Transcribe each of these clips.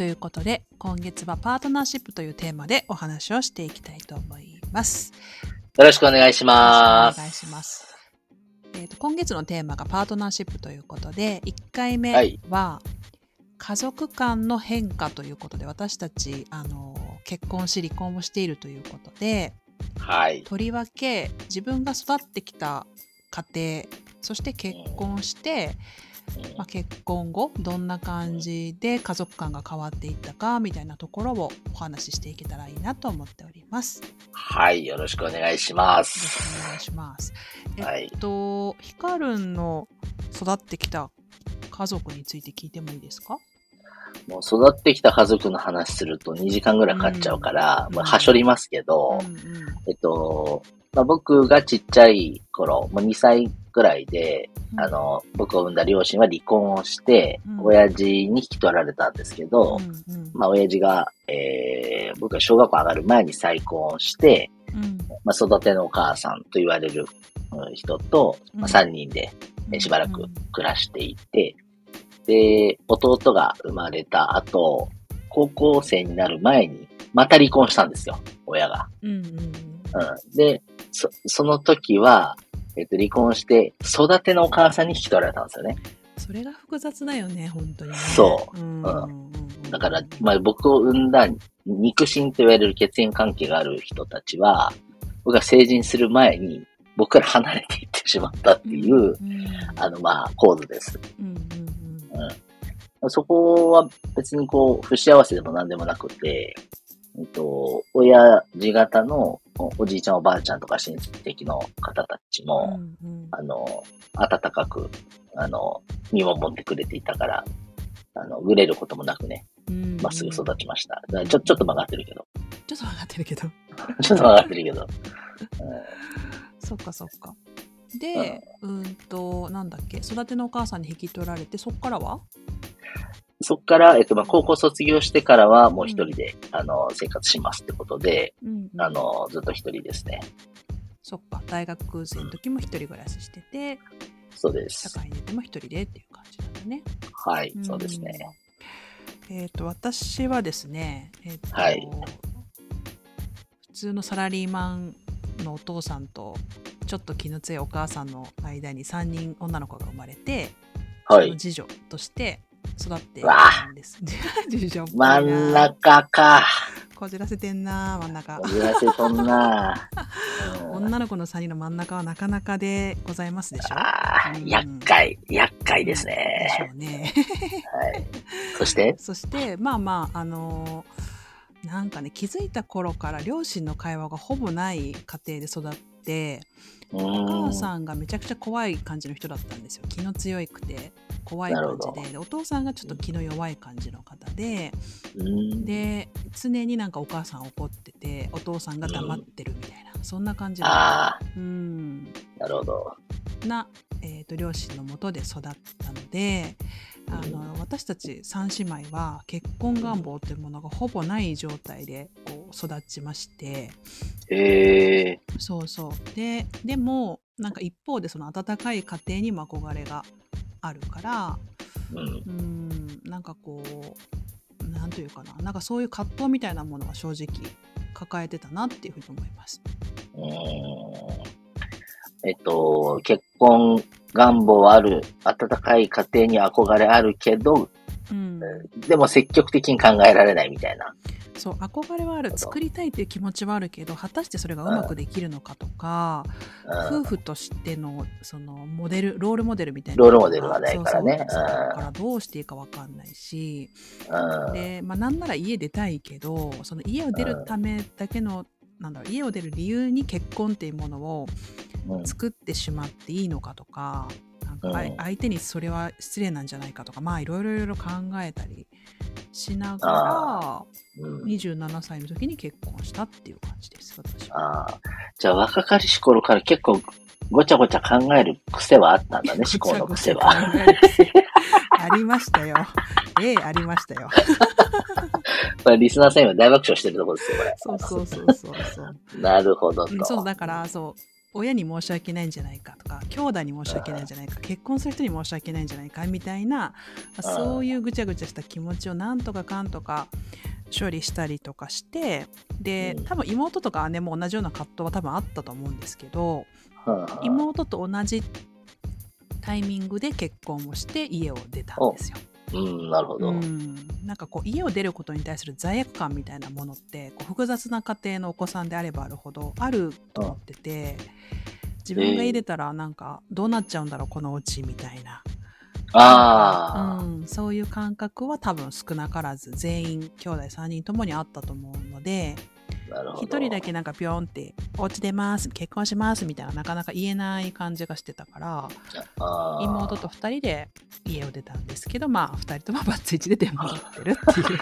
ということで今月はパートナーシップというテーマでお話をしていきたいと思います。 よろしくお願いします。 よろしくお願いします。今月のテーマがパートナーシップということで、1回目は家族間の変化ということで、私たち結婚し離婚をしているということで、 はい、 とりわけ自分が育ってきた家庭、そして結婚して、結婚後どんな感じで家族間が変わっていったかみたいなところをお話ししていけたらいいなと思っております。 はい、よろしくお願いします。 よろしくお願いします。 はい、 ヒカルンの育ってきた家族について聞いてもいいですか？ もう育ってきた家族の話すると2時間ぐらいかかっちゃうから、はしょりますけど、僕がちっちゃい頃、もう2歳ぐらいで、僕を産んだ両親は離婚をして、親父に引き取られたんですけど、親父が、僕が小学校上がる前に再婚して、育てのお母さんと言われる人と、3人でしばらく暮らしていて、で、弟が生まれた後、高校生になる前に、また離婚したんですよ、親が。で、その時は、離婚して、育てのお母さんに引き取られたんですよね。 それが複雑だよね、本当にね。 そう。だから、僕を産んだ肉親と言われる血縁関係がある人たちは、僕が成人する前に、僕から離れていってしまったっていう、構図です。そこは別に不幸せでも何でもなくて、親父方のおじいちゃんおばあちゃんとか親戚の方たちも、温かく、見守ってくれていたから、ぐれることもなくね、まっすぐ育ちました。だからちょっと曲がってるけど。 ちょっと曲がってるけど。 ちょっと曲がってるけど。 そっかそっか。で、なんだっけ、育てのお母さんに引き取られて、そっからはそっから、高校卒業してからはもう一人で、生活しますってことで、ずっと一人ですね。 そっか、大学生の時も一人暮らししてて、 そうです。 社会に出ても一人でっていう感じなんだね。 はい、そうですね。 私はですね、 はい、 普通のサラリーマンのお父さんと、ちょっと気の強いお母さんの間に3人女の子が生まれて、その次女として育っていたんです。次女っぽいな。 真ん中か。 こじらせてんな、真ん中。 こじらせとんな。 女の子の3人の真ん中はなかなかでございますでしょ。 厄介ですね。 でしょうね。 はい。そして、 なんかね、気づいた頃から両親の会話がほぼない家庭で育って、お母さんがめちゃくちゃ怖い感じの人だったんですよ。気の強くて怖い感じで、お父さんがちょっと気の弱い感じの方で、で常になんかお母さん怒ってて、お父さんが黙ってるみたいな、そんな感じだった。 なるほど。 両親のもとで育ったので、私たち3姉妹は結婚願望というものがほぼない状態で育ちまして、そうそうでもなんか一方でその温かい家庭にも憧れがあるから、なんかなんというかな、なんかそういう葛藤みたいなものは正直抱えてたなっていうふうに思います。 結婚願望ある、温かい家庭に憧れあるけど、でも積極的に考えられないみたいな。 そう、憧れはある、作りたいという気持ちはあるけど、果たしてそれがうまくできるのかとか、夫婦としてのそのロールモデルみたいなロールモデルがないからね。 だからどうしていいか分かんないし、で、なんなら家出たいけど、その家を出るためだけの、家を出る理由に結婚っていうものを作ってしまっていいのかとか、相手にそれは失礼なんじゃないかとか、いろいろ考えたりしながら、27歳の時に結婚したっていう感じです、私は。 じゃあ若かりし頃から結構ごちゃごちゃ考える癖はあったんだね、思考の癖は。 ありましたよ。ありましたよ。 これリスナーさん今大爆笑してるところですよ、これ。 そう。 なるほどと。 そう、だから、そう。 親に申し訳ないんじゃないかとか、兄弟に申し訳ないんじゃないか、結婚する人に申し訳ないんじゃないかみたいな、そういうぐちゃぐちゃした気持ちをなんとかかんとか処理したりとかして、で多分妹とか姉も同じような葛藤は多分あったと思うんですけど、妹と同じタイミングで結婚をして家を出たんですよ。 なるほど。 なんかこう家を出ることに対する罪悪感みたいなものってこう複雑な家庭のお子さんであればあるほどあると思ってて、自分が家出たらなんかどうなっちゃうんだろうこのお家みたいな、そういう感覚は多分少なからず全員兄弟3人ともにあったと思うので、一人だけなんかピョンってお家出ます結婚しますみたいななかなか言えない感じがしてたから、妹と2人で家を出たんですけど、まあ2人ともバツイチで出戻ってるっていう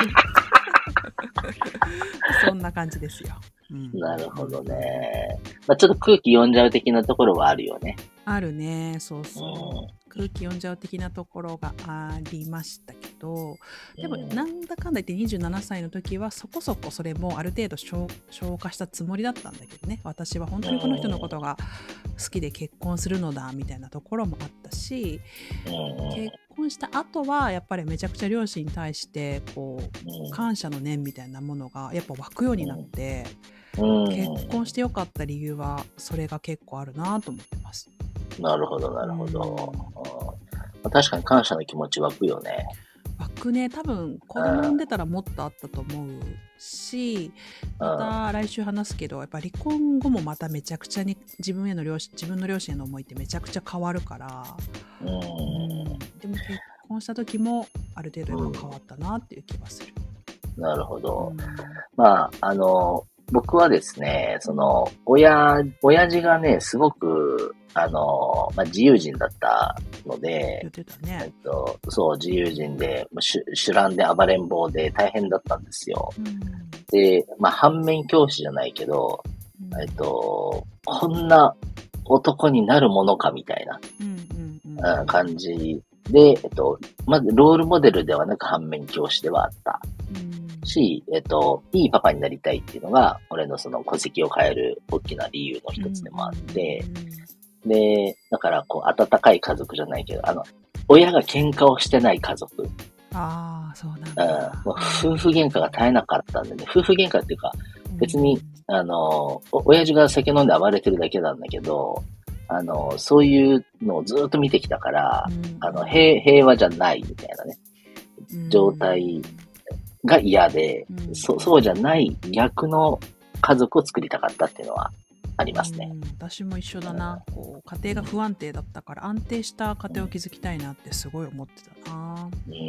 そんな感じですよ。 なるほどね。まあ、ちょっと空気読んじゃう的なところはあるよね。 あるね、そうそう。空気読んじゃう的なところがありましたけど、でもなんだかんだ言って27歳の時はそこそこそれもある程度消化したつもりだったんだけどね、私は本当にこの人のことが好きで結婚するのだみたいなところもあったし、結婚した後はやっぱりめちゃくちゃ両親に対してこう感謝の念みたいなものがやっぱ湧くようになって、結婚してよかった理由はそれが結構あるなと思ってます。 なるほどなるほど。確かに感謝の気持ち湧くよね。 湧くね。多分子供産んでたらもっとあったと思うし、また来週話すけどやっぱ離婚後もまためちゃくちゃに自分の両親への思いってめちゃくちゃ変わるから、でも結婚した時もある程度やっぱ変わったなっていう気はする。 なるほど。まあ僕はですね、その親父がねすごく自由人だったので、 言ってたね。 そう自由人で酒乱で暴れん坊で大変だったんですよ。で、反面教師じゃないけど、こんな男になるものかみたいな感じで、まずロールモデルではなく反面教師ではあったし、いいパパになりたいっていうのが俺のその戸籍を変える大きな理由の一つでもあって、で、だからこう温かい家族じゃないけど、親が喧嘩をしてない家族。 そうなんだ。 もう夫婦喧嘩が絶えなかったんでね、夫婦喧嘩っていうか、別に、親父が酒飲んで暴れてるだけなんだけど、そういうのをずっと見てきたから、平和じゃないみたいなね、状態が嫌で、そうじゃない逆の家族を作りたかったっていうのはありますね。 私も一緒だな。こう家庭が不安定だったから安定した家庭を築きたいなってすごい思ってたな。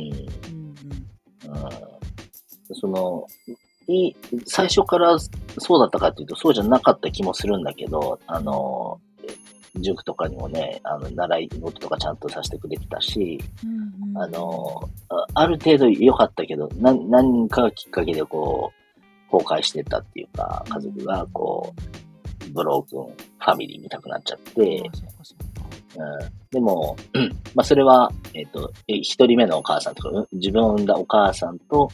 最初からそうだったかっていうとそうじゃなかった気もするんだけど、塾とかにもね、習い事とかちゃんとさせてくれてたし、ある程度良かったけど、何かがきっかけでこう、崩壊してたっていうか、家族がこう、ブロークンファミリー見たくなっちゃって、でも、それは、一人目のお母さんとか、自分を産んだお母さんと、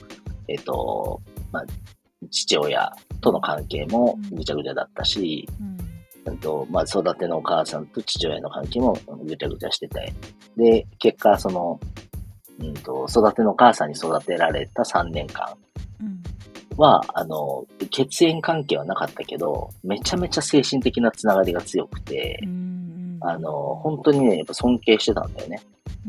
父親との関係もぐちゃぐちゃだったし、育てのお母さんと父親の関係もぐちゃぐちゃしてて、で、結果、育てのお母さんに育てられた3年間は、血縁関係はなかったけど、めちゃめちゃ精神的なつながりが強くて、本当にね、やっぱ尊敬してたんだよね。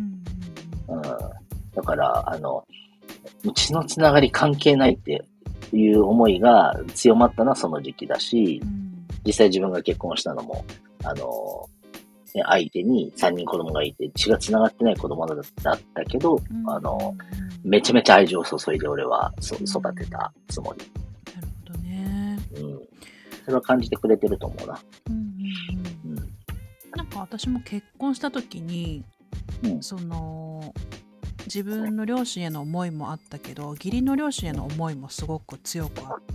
だから、血のつながり関係ないっていう思いが強まったのはその時期だし、実際自分が結婚したのも、相手に3人子供がいて血が繋がってない子供だったけど、めちゃめちゃ愛情を注いで俺は育てたつもり。 なるほどね。 それは感じてくれてると思うな。 なんか私も結婚した時に、自分の両親への思いもあったけど、義理の両親への思いもすごく強くあって、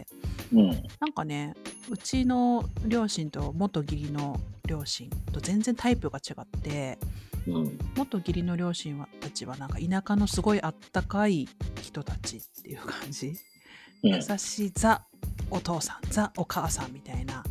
なんかね、うちの両親と元義理の両親と全然タイプが違って、元義理の両親たちはなんか田舎のすごいあったかい人たちっていう感じ、優しいザお父さんザお母さんみたいな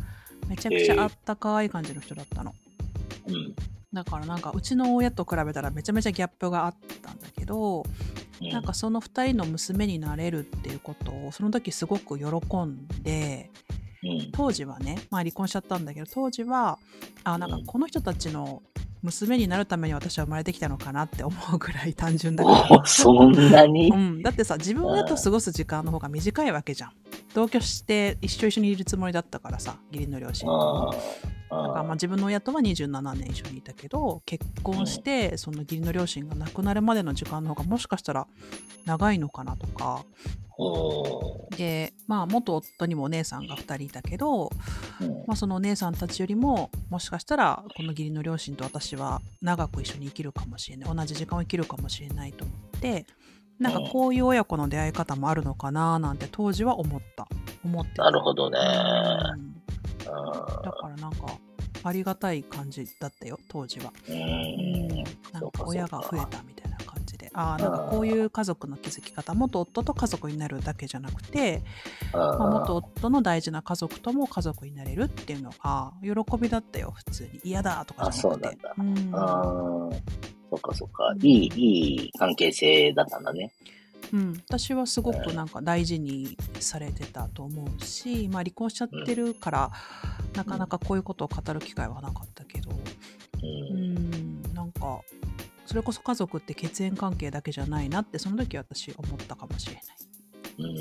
めちゃくちゃあったかい感じの人だったの。だからなんかうちの親と比べたらめちゃめちゃギャップがあったんだけど、なんかその2人の娘になれるっていうことをその時すごく喜んで、当時はね、まあ離婚しちゃったんだけど、当時はなんかこの人たちの娘になるために私は生まれてきたのかなって思うぐらい単純だけど。 そんなに、 だってさ、自分親と過ごす時間の方が短いわけじゃん。同居して一緒にいるつもりだったからさ、義理の両親と。だからまあ自分の親とは27年一緒にいたけど、結婚してその義理の両親が亡くなるまでの時間の方がもしかしたら長いのかなとか。で、まあ元夫にもお姉さんが2人いたけど、まあそのお姉さんたちよりももしかしたらこの義理の両親と私は長く一緒に生きるかもしれない、同じ時間を生きるかもしれないと思って、なんかこういう親子の出会い方もあるのかななんて当時は思ってた。 なるほどね。 だからなんかありがたい感じだったよ当時は。なんか親が増えたみたいな感じで、なんかこういう家族の築き方、元夫と家族になるだけじゃなくて、元夫の大事な家族とも家族になれるっていうのが喜びだったよ。普通に嫌だとかじゃなくて。 そっかそっか、いい関係性だったんだね。 私はすごくなんか大事にされてたと思うし、まあ離婚しちゃってるから、なかなかこういうことを語る機会はなかったけど、なんかそれこそ家族って血縁関係だけじゃないなってその時私思ったかもしれない。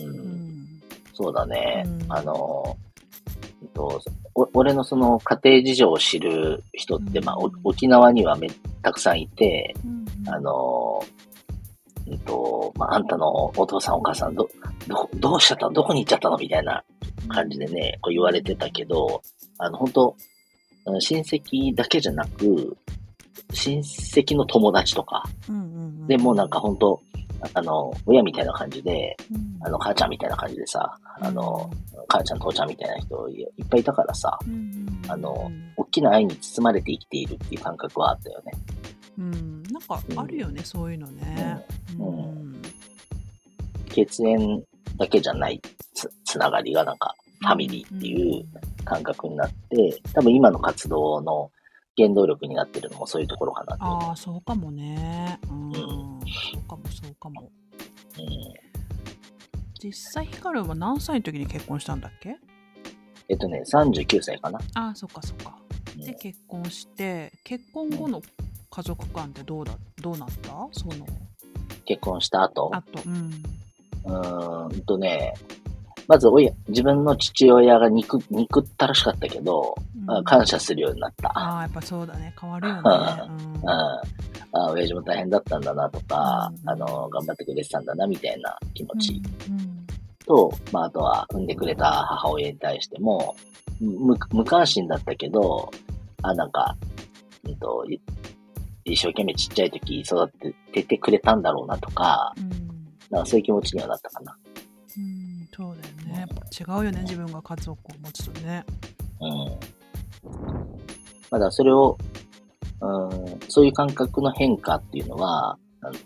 そうだね。俺のその家庭事情を知る人って、まあ沖縄にはたくさんいて、まあ、あんたのお父さんお母さんどうしちゃったの、どこに行っちゃったのみたいな感じでね、こう言われてたけど、本当親戚だけじゃなく、親戚の友達とか、でもなんか本当親みたいな感じで、母ちゃんみたいな感じでさ、母ちゃん父ちゃんみたいな人いっぱいいたからさ、大きな愛に包まれて生きているっていう感覚はあったよね。 なんかあるよね、そういうのね。 血縁だけじゃないつながりがなんかファミリーっていう感覚になって、多分今の活動の原動力になってるのもそういうところかなって。 そうかもね。そうかも。実際ヒカルは何歳の時に結婚したんだっけ ？39歳かな。 そっかそっか。で結婚して、結婚後の家族間ってどうなった？その結婚した後？まず自分の父親が憎ったらしかったけど、感謝するようになった。 やっぱそうだね。変わるよね。 親父も大変だったんだなとか、頑張ってくれてたんだなみたいな気持ちと、まあ、あとは産んでくれた母親に対しても、無関心だったけど、なんか、一生懸命ちっちゃい時育ててくれたんだろうなとか、なんかそういう気持ちにはなったかな。 そうだよね。やっぱ違うよね、自分が家族を持つとね。 まだそれを、そういう感覚の変化っていうのは、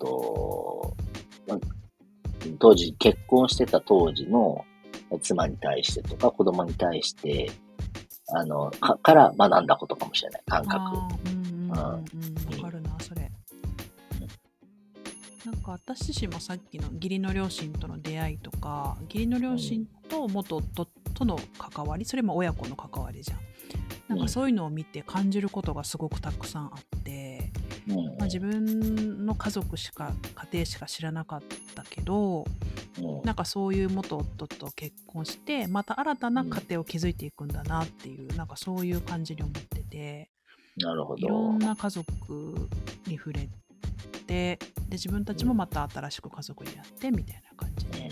当時、結婚してた当時の妻に対してとか子供に対して、から学んだことかもしれない、感覚。 わかるな、それ。なんか私自身もさっきの義理の両親との出会いとか、義理の両親と元夫との関わり、それも親子の関わりじゃん。なんかそういうのを見て感じることがすごくたくさんあって、自分の家族しか家庭しか知らなかったけど、なんかそういう元夫と結婚してまた新たな家庭を築いていくんだなっていう、なんかそういう感じに思ってて、 なるほど。 いろんな家族に触れて、で自分たちもまた新しく家族になってみたいな感じで、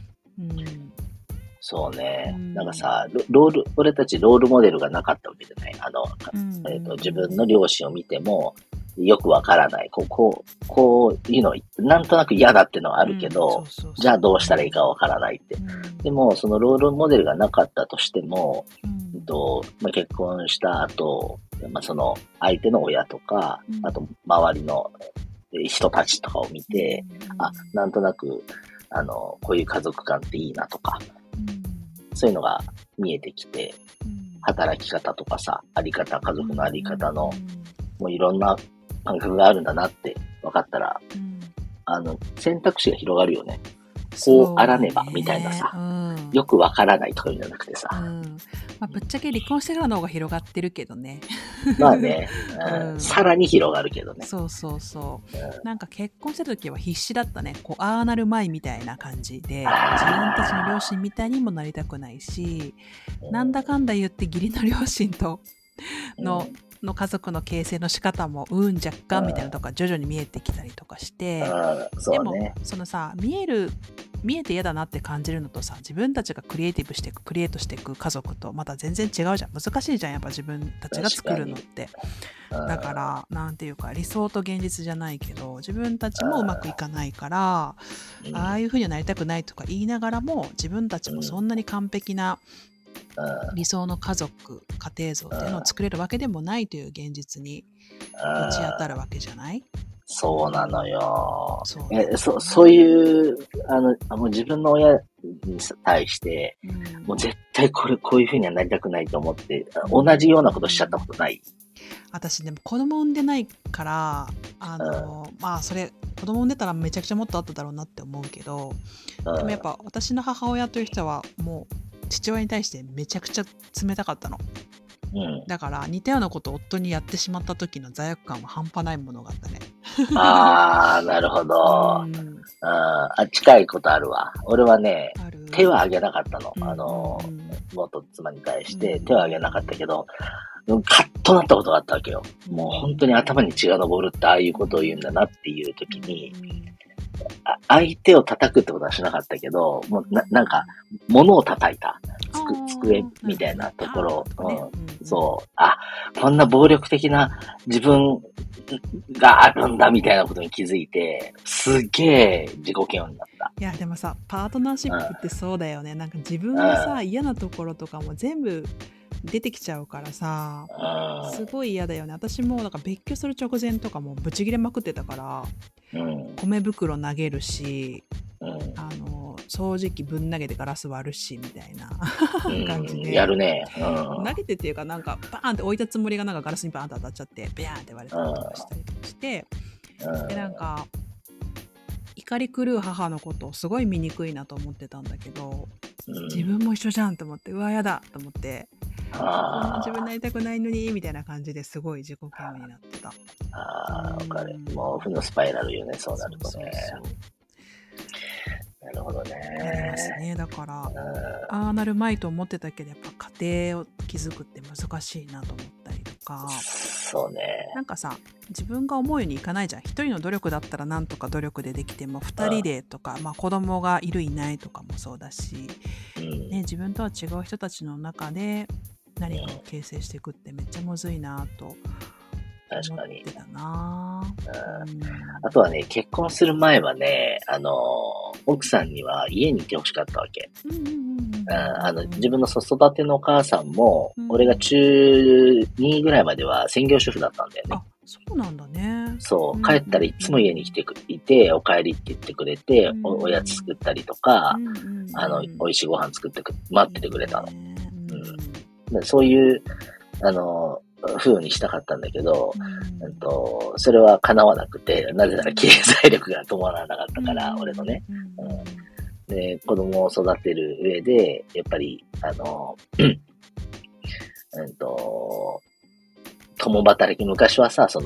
そうね。なんかさ、俺たちロールモデルがなかったわけじゃない。自分の両親を見てもよくわからない。こういうの、なんとなく嫌だってのはあるけど、じゃあどうしたらいいかわからないって。でも、そのロールモデルがなかったとしても、結婚した後、その相手の親とか、あと周りの人たちとかを見て、なんとなく、こういう家族感っていいなとか、そういうのが見えてきて、 働き方とかさ、あり方、家族のあり方の、もういろんな感覚があるんだなって分かったら、選択肢が広がるよね。こうあらねば、みたいなさ、よくわからないとかじゃなくてさ。 まあ、ぶっちゃけ離婚してからの方が広がってるけどね。 まあね、さらに広がるけどね。 そうそうそう。なんか結婚した時は必死だったね。こう、ああなる前みたいな感じで、自分たちの両親みたいにもなりたくないし、なんだかんだ言って義理の両親との家族の形成の仕方も若干みたいなとか徐々に見えてきたりとかして、でもそのさ、見えて嫌だなって感じるのとさ、自分たちがクリエイトしていく家族とまた全然違うじゃん。難しいじゃん、やっぱ自分たちが作るのって。だからなんていうか、理想と現実じゃないけど、自分たちもうまくいかないから、ああいう風にはなりたくないとか言いながらも、自分たちもそんなに完璧な理想の家族家庭像っていうのを作れるわけでもないという現実にぶち当たるわけじゃない？ そうなのよ。そういう、もう自分の親に対して、もう絶対こういう風にはなりたくないと思って、同じようなことしちゃったことない？ 私でも子供産んでないから、まあそれ、子供産んでたらめちゃくちゃもっとあっただろうなって思うけど、でもやっぱ私の母親という人はもう父親に対してめちゃくちゃ冷たかったの。だから似たようなことを夫にやってしまった時の罪悪感は半端ないものがあったね。 ああ、なるほど。近いことあるわ。俺はね、手は挙げなかったの。元妻に対して手は挙げなかったけど、カッとなったことがあったわけよ。もう本当に頭に血が昇るってああいうことを言うんだなっていう時に、相手を叩くってことはしなかったけど、もうなんか、物を叩いた。机みたいなところ、そう、こんな暴力的な自分があるんだみたいなことに気づいて、すげえ自己嫌悪になった。 いや、でもさ、パートナーシップってそうだよね。なんか自分がさ、嫌なところとかも全部出てきちゃうからさ、すごい嫌だよね。私もなんか別居する直前とかもブチギレまくってたから、米袋投げるし、掃除機ぶん投げてガラス割るしみたいな感じで、 やるね。 投げてっていうか、なんかバーンって置いたつもりがなんかガラスにバーンって当たっちゃってビャーンって割れたりとかしたりとかして、でなんか怒り狂う母のことをすごい醜いなと思ってたんだけど、自分も一緒じゃんと思って、うわやだと思って、こんな自分になりたくないのにみたいな感じですごい自己嫌悪になってた。 わかる。もう負のスパイラルよね、そうなるとね。なるほどね。 ありますね。だから、ああなるまいと思ってたけど、やっぱ家庭を築くって難しいなと思ったりとか。 そうね。 なんかさ、自分が思うようにいかないじゃん。一人の努力だったらなんとか努力でできても、二人でとか、まあ子供がいるいないとかもそうだし、ね、自分とは違う人たちの中で何かを形成していくってめっちゃむずいなと。 確かに。 あとはね、結婚する前はね、奥さんには家にいてほしかったわけ。自分の育てのお母さんも、俺が中2ぐらいまでは専業主婦だったんだよね。 そうなんだね。 そう、帰ったらいつも家に来ていて、お帰りって言ってくれて、おやつ作ったりとか、美味しいご飯作って待っててくれたの。そういう、風にしたかったんだけど、それは叶わなくて、なぜなら経済力が伴わなかったから、俺のね。で、子供を育てる上で、やっぱり、共働き、昔はさ、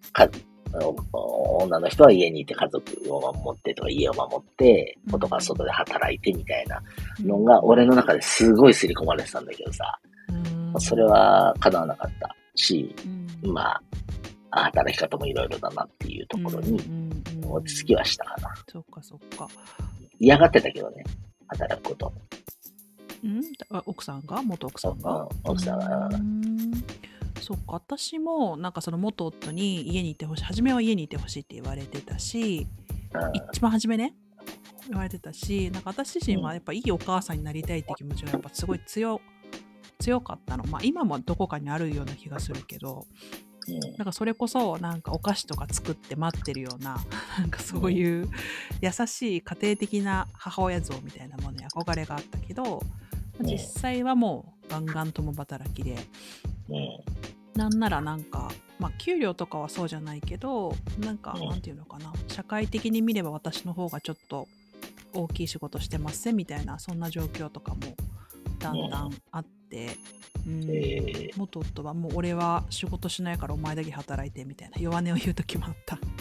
女の人は家にいて家族を守ってとか、家を守って、男は外で働いてみたいなのが、俺の中ですごい刷り込まれてたんだけどさ、それは叶わなかったし、まあ、働き方もいろいろだなっていうところに、落ち着きはしたかな。 そっかそっか。 嫌がってたけどね、働くこと。 奥さんが元奥さんが奥さんが。 そっか、私もなんかその元夫に家にいてほしい、初めは家にいてほしいって言われてたし、一番初めね、言われてたし、なんか私自身はやっぱいいお母さんになりたいって気持ちがやっぱすごい強かったの。まあ今もどこかにあるような気がするけど、なんかそれこそなんかお菓子とか作って待ってるような、なんかそういう優しい家庭的な母親像みたいなものに憧れがあったけど、実際はもうガンガン共働きで、 うん、 なんならなんか、まあ給料とかはそうじゃないけど、なんか、なんていうのかな、社会的に見れば私の方がちょっと大きい仕事してますみたいな、そんな状況とかもだんだんあって、元夫はもう俺は仕事しないからお前だけ働いてみたいな弱音を言う時もあったかな。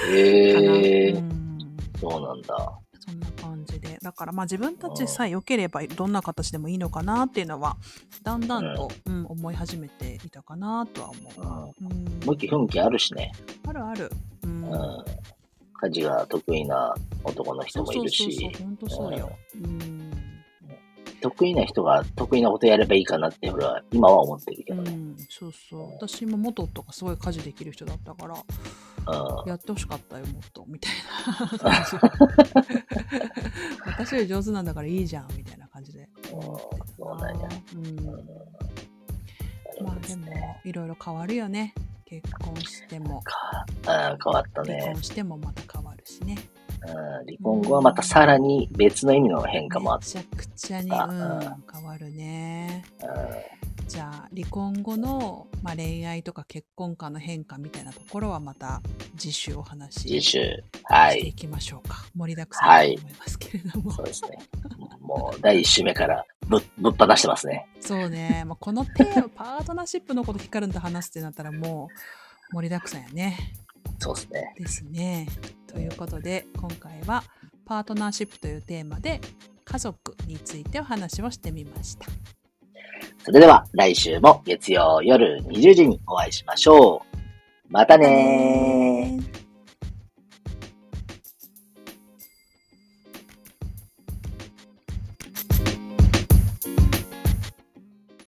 そうなんだ。 そんな感じで、だからまあ自分たちさえ良ければどんな形でもいいのかなっていうのはだんだんと、思い始めていたかなとは思う。 向き不向きあるしね。 あるある。 家事が得意な男の人もいるし。 そう本当そうよ。 得意な人が得意なことやればいいかなって俺は今は思ってるけどね。 そう私も元夫がすごい家事できる人だったから、やってほしかったよもっとみたいな感じ。私より上手なんだからいいじゃんみたいな感じで。 そうなんや。 まあでもいろいろ変わるよね。結婚しても。 変わったね。 結婚してもまた変わるしね。 離婚後はまたさらに別の意味の変化もあった。 めちゃくちゃに、変わるね。じゃあ離婚後の、恋愛とか結婚観の変化みたいなところはまた次週お話ししていきましょうか。盛りだくさんだと思いますけれども。 そうですね。もう第1週目からぶっ放してますね。 そうね。このテーマパートナーシップのことヒカルンと話すってなったらもう盛りだくさんやね。 そうですね。 ですね。ということで今回はパートナーシップというテーマで家族についてお話をしてみました。 それでは来週も月曜夜20時にお会いしましょう。またねー。